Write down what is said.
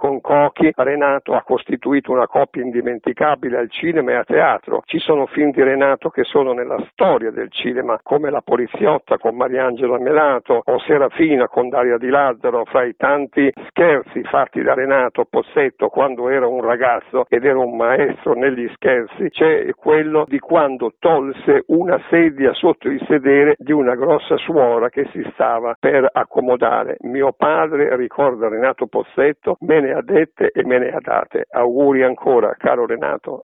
con Cochi, Renato ha costituito una coppia indimenticabile al cinema e a teatro. Ci sono film di Renato che sono nella storia del cinema, come La poliziotta con Mariangela Melato o Serafina con Daria Di Lazzaro, fra i tanti scherzi fatti da Renato Pozzetto quando era un ragazzo ed era un maestro negli scherzi. C'è quello di quando tolse una sedia sotto il sedere di una grossa suora che si stava per accomodare. Mio padre, ricorda Renato Pozzetto, me ne ha dette e me ne ha date. Auguri ancora, caro Renato.